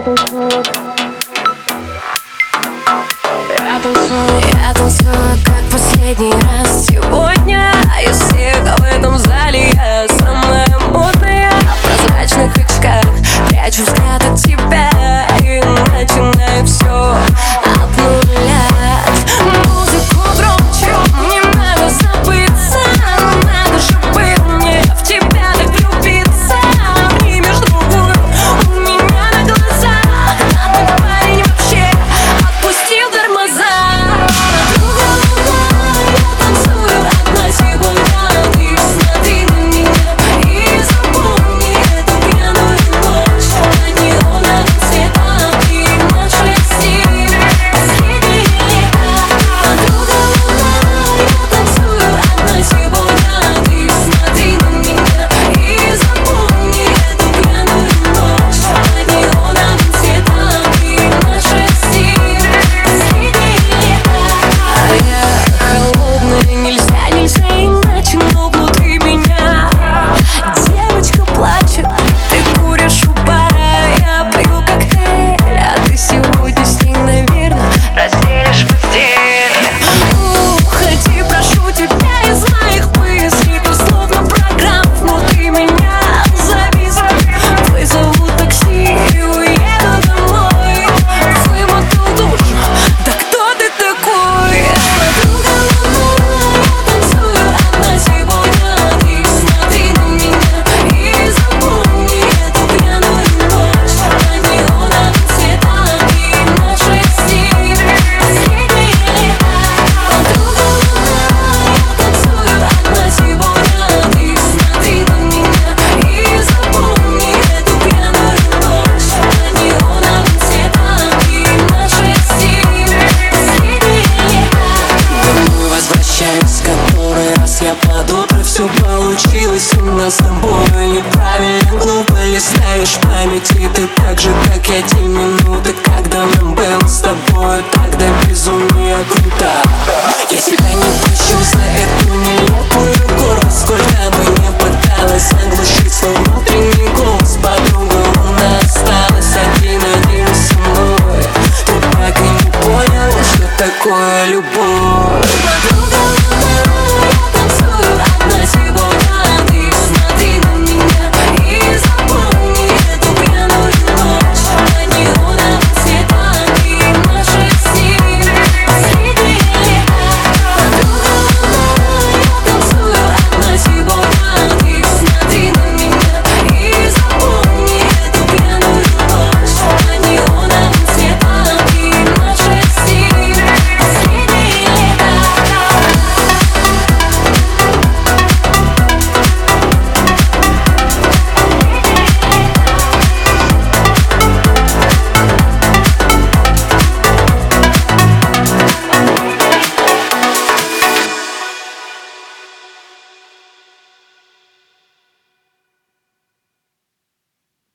Я танцую, как последний раз сегодня. Из всех в этом зале я самая модная. В прозрачных очках прячу взгляд от тебя и начинаю все от нуля. Музыку громче, мне надо забыться. Надо же было мне в тебя так влюбиться. Примешь другую у меня на глазах. Надо парень вообще отпустил тормоза. Я под утро все получилось у нас с тобой. Неправильно, глупо листаешь в памяти. Ты так же, как я, те минуты, когда нам было с тобой. Тогда безумие круто. Я себя не прощу за эту нелепую гордость. Сколько бы не пыталась оглушить свой внутренний голос, подруга, луна осталась один со мной. Ты так и не понял, что такое любовь.